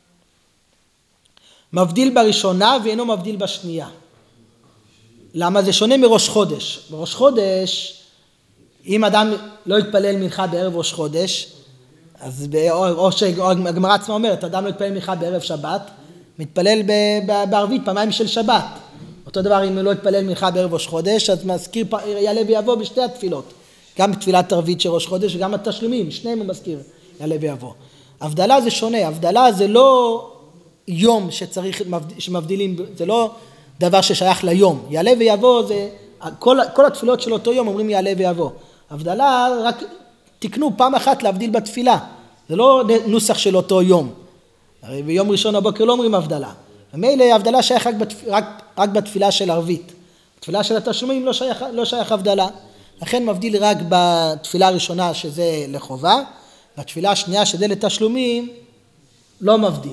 מבדיל בראשונה ואינו מבדיל בשנייה. למה? זה שונה מראש חודש. בראש חודש, אם אדם לא יתפלל מנחה בערב ראש חודש, אז או שהגמרא עצמה אומרת, אדם לא יתפלל מנחה בערב שבת, מתפלל בערבית פעמיים של שבת. אותו דבר אם לא יתפלל מנחה בערב ראש חודש, אז מזכיר יעלה ויבוא בשתי התפילות. גם בתפילת ערבית של ראש חודש וגם התשלומים, שניהם הוא מזכיר יעלה ויבוא. הבדלה זה שונה, הבדלה זה לא יום שמבדילים, זה לא דבר ששייך ליום. יעלה ויבוא זה, כל התפילות של אותו יום אומרים יעלה ויבוא. הבדלה רק תקנו פעם אחת להבדיל בתפילה, זה לא נוסח של אותו יום. הרי ביום ראשון הבוקר לא אומרים הבדלה. ומילא הבדלה שייך רק בתפילה של ערבית. בתפילה של התשלומים לא שייך הבדלה. לכן מבדיל רק בתפילה הראשונה שזה לחובה, והתפילה השנייה שזה לתשלומים לא מבדיל.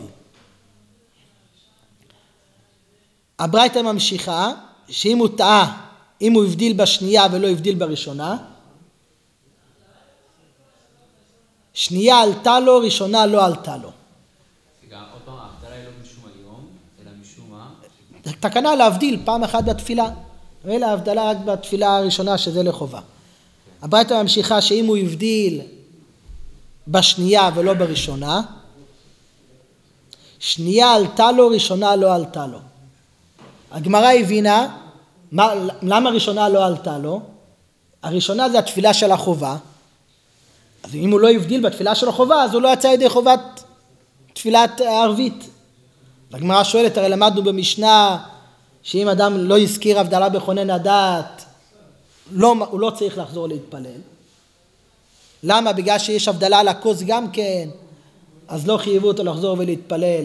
הברייתא ממשיכה שאם הוא טעה, אם הוא הבדיל בשנייה ולא הבדיל בראשונה, שנייה עלתה לו, ראשונה לא עלתה לו. רגע, עוד פעם, ההבדלה היא לא משום היום, אלא משום מה? תקנה להבדיל פעם אחת בתפילה, אלא ההבדלה רק בתפילה הראשונה שזה לחובה. הברייתא ממשיכה שאם הוא הבדיל בשנייה ולא בראשונה, שנייה עלתה לו, ראשונה לא עלתה לו. הגמרא הבינה, למה ראשונה לא עלתה לו? הראשונה זה התפילה של החובה, אז אם הוא לא הבדיל בתפילה של החובה, אז הוא לא יצא ידי חובת תפילת הערבית. הגמרא שואלת, הרי למדנו במשנה, שאם אדם לא הזכיר הבדלה בכונן הדעת, הוא לא צריך לחזור להתפלל. למה? בגלל שיש הבדלה על הכוס גם כן, אז לא חייבו אותו לחזור ולהתפלל.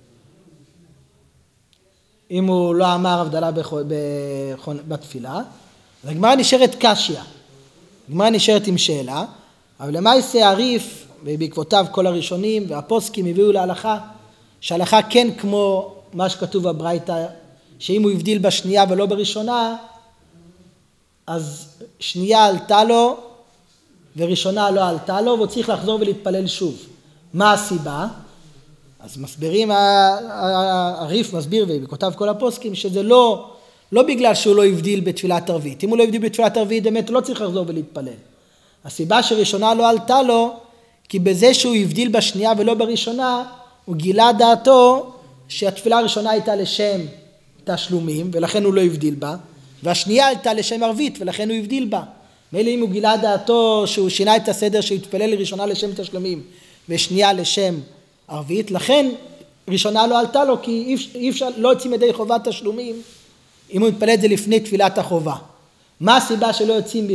אם הוא לא אמר הבדלה בתפילה. אז הגמרא נשארת קשיא. הגמרא נשארת עם שאלה, אבל למעשה הריף, ובעקבותיו כל הראשונים והפוסקים הביאו להלכה, שההלכה כן כמו מה שכתוב בברייתא, שאם הוא הבדיל בשנייה ולא בראשונה, אז שנייה עלתה לו וראשונה לא עלתה לו, והוא צריך לחזור ולהתפלל שוב. מה הסיבה? אז מסבירים, הריף מסביר ובכותב כל הפוסקים, שזה לא בגלל שהוא לא הבדיל בתפילת ערבית. אם הוא לא הבדיל בתפילת ערבית, באמת הוא לא צריך לחזור ולהתפלל. הסיבה שראשונה לא עלתה לו, כי בזה שהוא הבדיל בשנייה ולא בראשונה, הוא גילה דעתו שהתפילה הראשונה הייתה לשם תשלומים, ולכן הוא לא הבדיל בה, והשנייה הייתה לשם ערבית, ולכן הוא הבדיל בה. מילא אם הוא גילה דעתו שהוא שינה את הסדר שהתפלל לראשונה לשם תשלומים, ושנייה לשם ערבית, לכן ראשונה לא עלתה לו, כי אי אפשר, לא יוצאים ידי חובת תשלומים, אם הוא מתפלל את זה לפני תפילת החובה. מה הסיבה שלא יוצאים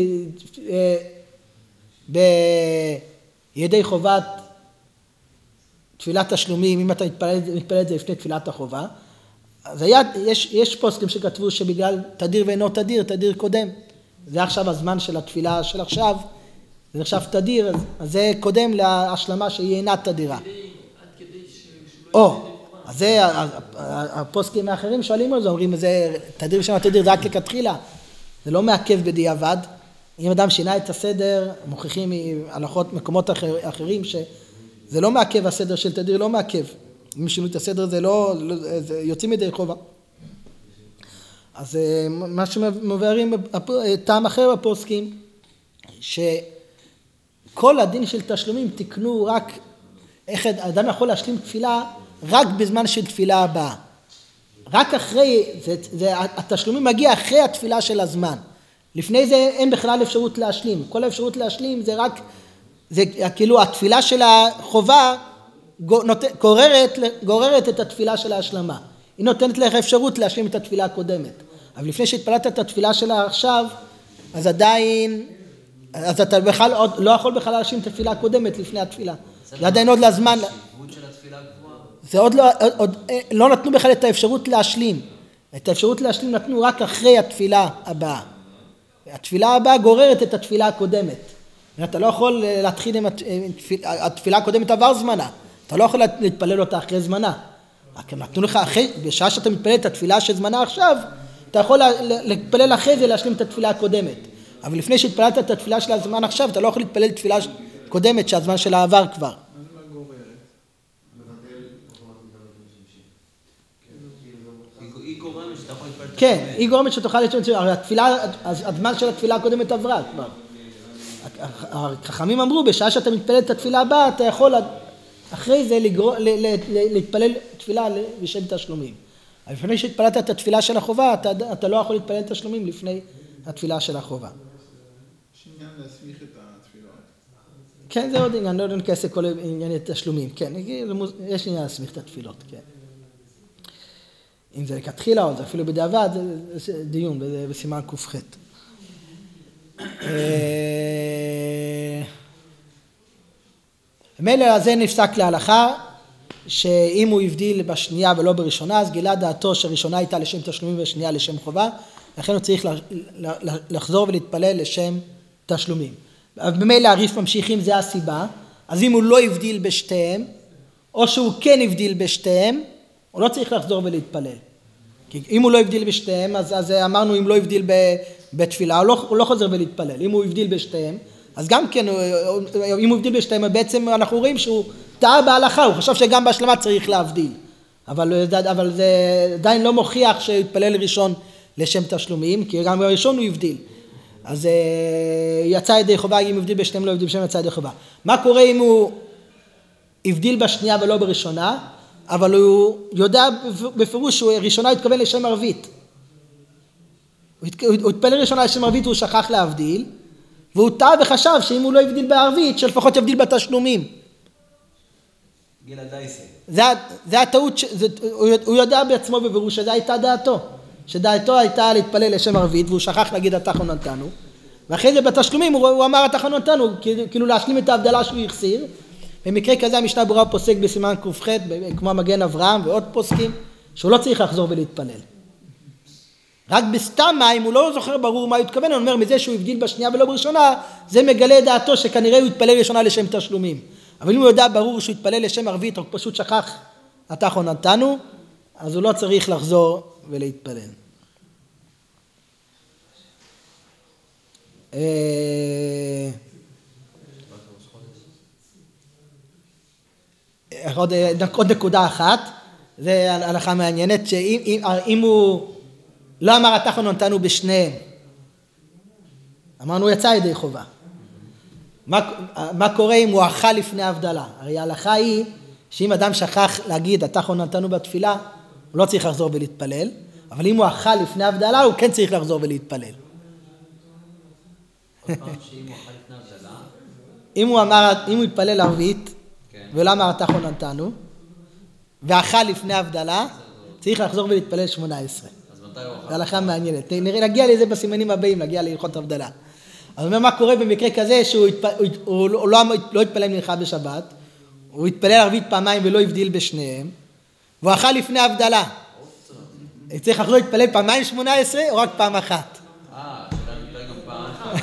בידי חובת תפילת תשלומים, אם אתה מתפלל את זה לפני תפילת החובה? אז יש פוסקים שכתבו שבגלל תדיר ואינו תדיר, תדיר קודם. זה עכשיו הזמן של התפילה של עכשיו, זה עכשיו תדיר, אז זה קודם להשלמה שהיא אינה תדירה. עד כדי שלא אז זה, הפוסקים האחרים שואלים על זה, אומרים, זה תדיר ושם תדיר, זה רק לכתחילה. זה לא מעכב בדיעבד. אם אדם שינה את הסדר, מוכיחים מהלכות מקומות אחרים, שזה לא מעכב, הסדר של תדיר לא מעכב. אם שינו את הסדר זה לא, זה יוצאים ידי חובה. אז מה שמבארים, טעם אחר בפוסקים, שכל הדין של תשלומים תקנו רק, איך אדם יכול להשלים תפילה רק בזמן של תפילה הבאה. רק אחרי, התשלומים מגיע אחרי התפילה של הזמן. לפני זה אין בכלל אפשרות להשלים. כל האפשרות להשלים זה רק, זה כאילו התפילה של החובה גוררת את התפילה של ההשלמה. היא נותנת לך אפשרות להשלים את התפילה הקודמת. אבל לפני שהתפללת את התפילה שלה עכשיו, אז עדיין, אז אתה בכלל לא יכול בכלל להשלים את התפילה הקודמת לפני התפילה. זה עדיין עוד לזמן. החשיבות של התפילה גבוהה. זה עוד לא נתנו בכלל את האפשרות להשלים. את האפשרות להשלים נתנו רק אחרי התפילה הבאה. התפילה הבאה גוררת את התפילה הקודמת. אתה לא יכול להתחיל עם התפילה הקודמת עבר זמנה. אתה לא יכול להתפלל אותה אחרי זמנה. רק הם נתנו לך אחרי, בשעה שאתה מתפלל את התפילה של זמנה עכשיו, אתה יכול להתפלל אחרי זה להשלים את התפילה הקודמת. אבל לפני שהתפללת את התפילה של הזמן עכשיו, אתה לא יכול להתפלל תפילה קודמת שהזמן שלה עבר כבר. היא גורמת שאתה יכול להתפלל. כן, היא גורמת שתוכל להתפלל. הרי התפילה, הזמן של התפילה הקודמת עברה כבר. החכמים אמרו, בשעה שאתה מתפלל את התפילה הבאה, אתה יכול אחרי זה להתפלל תפילה בשם תשלומים. אבל לפני שהתפללת את התפילה של החובה, אתה לא יכול להתפלל תשלומים לפני התפילה של החובה. יש עניין להסמיך את התפילות. כן, זה עוד עניין, לא נכנס לכל ענייני תשלומים, כן, יש עניין להסמיך את התפילות, כן. אם זה לכתחילה או זה אפילו בדיעבד, זה דיון בסימן ק"ח. מילא הזה נפסק להלכה, שאם הוא הבדיל בשנייה ולא בראשונה, אז גילה דעתו שראשונה הייתה לשם תשלומים ושנייה לשם חובה, לכן הוא צריך לחזור ולהתפלל לשם תשלומים. במילא הריף ממשיכים, זה הסיבה, אז אם הוא לא הבדיל בשתיהם, או שהוא כן הבדיל בשתיהם, הוא לא צריך לחזור ולהתפלל. כי אם הוא לא הבדיל בשתיהם, אז אמרנו אם לא הבדיל בתפילה, הוא לא חוזר ולהתפלל. אם הוא הבדיל בשתיהם, אז גם כן, אם הוא הבדיל בשתיהם, בעצם אנחנו רואים שהוא טעה בהלכה, הוא חשב שגם בהשלמה צריך להבדיל. אבל זה עדיין לא מוכיח שהתפלל ראשון לשם תשלומים, כי גם בראשון הוא הבדיל. אז יצא ידי חובה, אם הוא הבדיל בשתיהם לא הבדיל בשם, יצא ידי חובה. מה קורה אם הוא הבדיל בשנייה ולא בראשונה, אבל הוא יודע בפירוש שהוא ראשונה התכוון לשם ערבית. הוא התפלל ראשונה לשם ערבית והוא שכח להבדיל, והוא טעה וחשב שאם הוא לא הבדיל בערבית, שלפחות יבדיל בתשלומים. גיל הדייסה. זה הטעות, הוא יודע בעצמו בבירוש שזו הייתה דעתו. שדעתו הייתה להתפלל לשם ערבית, והוא שכח להגיד התחון נתנו. ואחרי זה בתשלומים הוא אמר התחון נתנו, כאילו להשלים את ההבדלה שהוא החסיר. במקרה כזה המשנה ברורה פוסק בסימן ק"ח, כמו המגן אברהם ועוד פוסקים, שהוא לא צריך לחזור ולהתפלל. רק בסתם מים הוא לא זוכר ברור מה הוא התכוון, הוא אומר מזה שהוא הבדיל בשנייה ולא בראשונה, זה מגלה דעתו שכנראה הוא התפלל ראשונה לשם תשלומים. אבל אם הוא יודע ברור שהוא התפלל לשם ערבית, הוא פשוט שכח התחון נתנו, אז הוא לא צריך לחזור ולהתפלל. עוד נקודה אחת, זה הלכה מעניינת, שאם הוא לא אמר התחון נתנו בשניהם, אמרנו יצא ידי חובה. מה קורה אם הוא אכל לפני ההבדלה? הרי ההלכה היא שאם אדם שכח להגיד התחון נתנו בתפילה, הוא לא צריך לחזור ולהתפלל, אבל אם הוא אכל לפני ההבדלה, הוא כן צריך לחזור ולהתפלל. עוד פעם שאם הוא אכל לפני ההבדלה? אם הוא התפלל ערבית, ולא אמר התחון נתנו, ואכל לפני ההבדלה, צריך לחזור ולהתפלל 18. אז מתי הוא אכל? זה הלכה מעניינת. נגיע לזה בסימנים הבאים, נגיע להלכות הבדלה. אז אומר מה קורה במקרה כזה שהוא לא התפלל מנחה בשבת, הוא התפלל ערבית פעמיים ולא הבדיל בשניהם, והוא אכל לפני ההבדלה. צריך לחזור להתפלל פעמיים 18 או רק פעם אחת? שאלה נתפלל גם פעם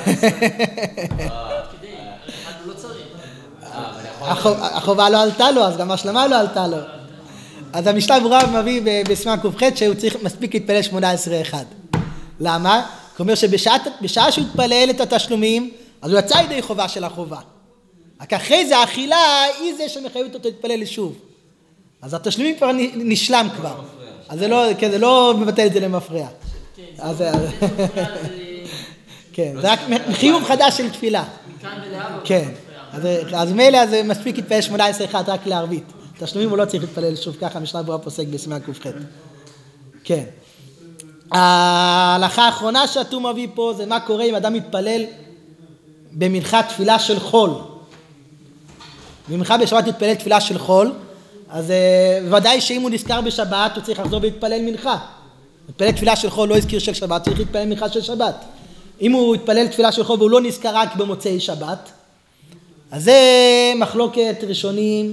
לא צריך. החובה לא עלתה לו, אז גם השלמה לא עלתה לו. אז המשנה ברורה מביא בסימן ק"ח שהוא צריך מספיק להתפלל 18-1. למה? כי הוא אומר שבשעה שהוא התפלל את התשלומים, אז הוא יצא ידי חובה של החובה. רק אחרי זה האכילה היא זה שמחייבת אותו להתפלל שוב. אז התשלומים כבר נשלם כבר. אז זה לא מבטל את זה למפריע. כן, זה רק חיוב חדש של תפילה. מכאן ולהבא. כן, אז מילא זה מספיק להתפלל 18-1 רק לערבית. תשלומים הוא לא צריך להתפלל שוב, ככה המשנה ברורה פוסק בסימן ק"ח. כן. ההלכה האחרונה שהטור מביא פה זה מה קורה אם אדם מתפלל במנחה תפילה של חול. במנחה בשבת מתפלל תפילה של חול, אז ודאי שאם הוא נזכר בשבת הוא צריך לחזור ולהתפלל מנחה. מתפלל תפילה של חול לא הזכיר של שבת, צריך להתפלל מנחה של שבת. אם הוא התפלל תפילה של חול והוא לא נזכר רק במוצאי שבת, אז זה מחלוקת ראשונים,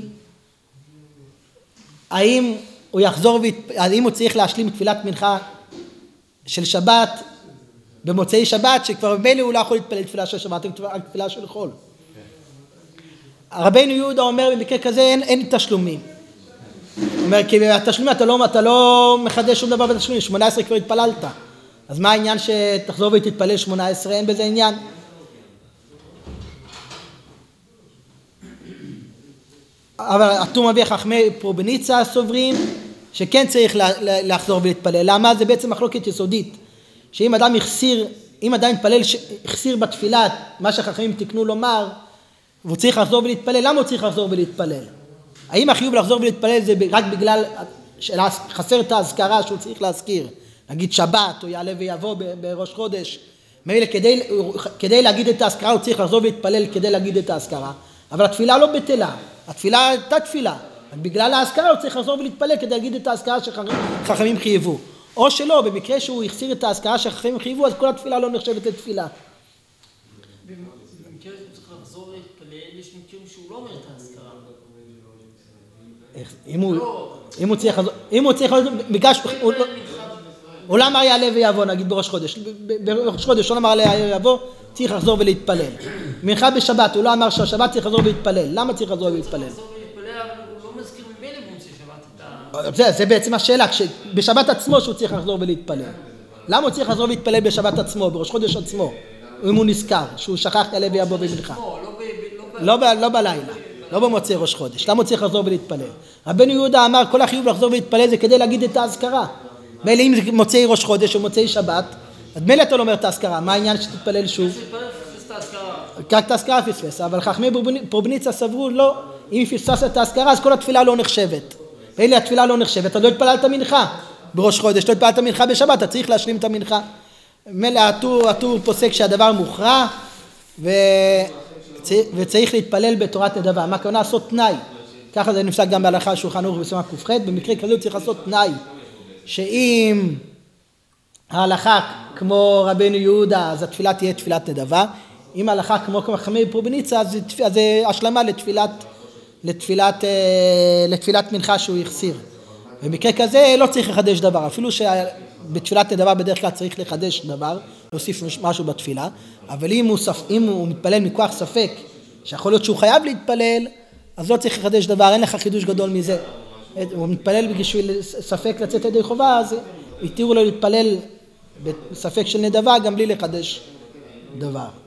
האם הוא צריך להשלים תפילת מנחה של שבת במוצאי שבת, שכבר במילא הוא לא יכול להתפלל תפילה של שבת, רק תפילה של חול. רבינו יהודה אומר במקרה כזה אין תשלומים. הוא אומר כי התשלומים אתה לא מחדש שום דבר בתשלומים, 18 כבר התפללת. אז מה העניין שתחזור ותתפלל 18? אין בזה עניין. אבל התור מביא חכמי פרובניצה סוברים שכן צריך לחזור ולהתפלל. למה? זה בעצם מחלוקת יסודית. שאם אדם החסיר בתפילה מה שהחכמים תקנו לומר, והוא צריך לחזור ולהתפלל, למה הוא צריך לחזור ולהתפלל? האם החיוב לחזור ולהתפלל זה רק בגלל חסר את ההזכרה שהוא צריך להזכיר? נגיד שבת, או יעלה ויבוא בראש חודש. כדי להגיד את ההזכרה הוא צריך לחזור ולהתפלל כדי להגיד את ההזכרה. אבל התפילה לא בטלה. התפילה הייתה תפילה. בגלל ההזכרה הוא צריך לחזור ולהתפלל כדי להגיד את ההזכרה שחכמים חייבו. או שלא, במקרה שהוא החסיר את ההזכרה שחכמים חייבו, אז כל התפילה לא נחשבת לתפילה. במקרה שהוא צריך לחזור להתפלל, יש מקרים שהוא לא אומר את ההזכרה. אם הוא צריך בגלל הוא לא אמר יעלה ויבוא, נגיד בראש חודש. בראש חודש הוא לא אמר יעלה ויבוא, צריך לחזור ולהתפלל. מנחה בשבת, הוא לא אמר שהשבת צריך לחזור ולהתפלל. למה צריך לחזור ולהתפלל? לחזור ולהתפלל, אבל הוא לא מזכיר ממילא במוצאי שבת את זה בעצם השאלה, בשבת עצמו שהוא צריך לחזור ולהתפלל. למה הוא צריך לחזור ולהתפלל בשבת עצמו, בראש חודש עצמו? אם הוא נזכר, שהוא שכח יעלה ויבוא במנחה. לא בלילה, לא במוצאי ראש חודש. למה הוא צריך לחזור ולהתפלל? רבנו יהודה אמר, כל החיוב לחזור ולהתפלל זה כדי להגיד את ההזכרה. מילא אם זה מוצאי ראש חודש או מוצאי שבת, אז מילא אתה לא אומר את ההזכרה, מה העניין שתתפלל שוב? רק את ההזכרה פספס, אבל חכמי פרובניצה סברו, לא, אם פספס את ההזכרה אז כל התפילה לא נחשבת. מילא התפילה לא נחשבת, אתה לא התפללת מנחה בראש חודש, לא התפללת מנחה בשבת, אתה צריך להשלים את המנחה. מילא הטור פוסק שהדבר מוכרע, וצריך להתפלל בתורת נדבה. מה הכוונה? לעשות תנאי. ככה זה נפסק גם בהלכה שולחן ערוך בסימן ק"ח, במקרה כזה הוא צריך לעשות תנאי, שאם ההלכה כמו רבנו יהודה, אז התפילה תהיה תפילת נדבה, אם ההלכה כמו חכמי פרובניצה, אז זה השלמה לתפילת מנחה שהוא יחסיר. במקרה כזה לא צריך לחדש דבר, אפילו שבתפילת נדבה בדרך כלל צריך לחדש דבר, להוסיף משהו בתפילה, אבל אם הוא מתפלל מכוח ספק, שיכול להיות שהוא חייב להתפלל, אז לא צריך לחדש דבר, אין לך חידוש גדול מזה. הוא מתפלל בשביל ספק לצאת ידי חובה, אז התירו לו להתפלל בספק של נדבה גם בלי לחדש דבר.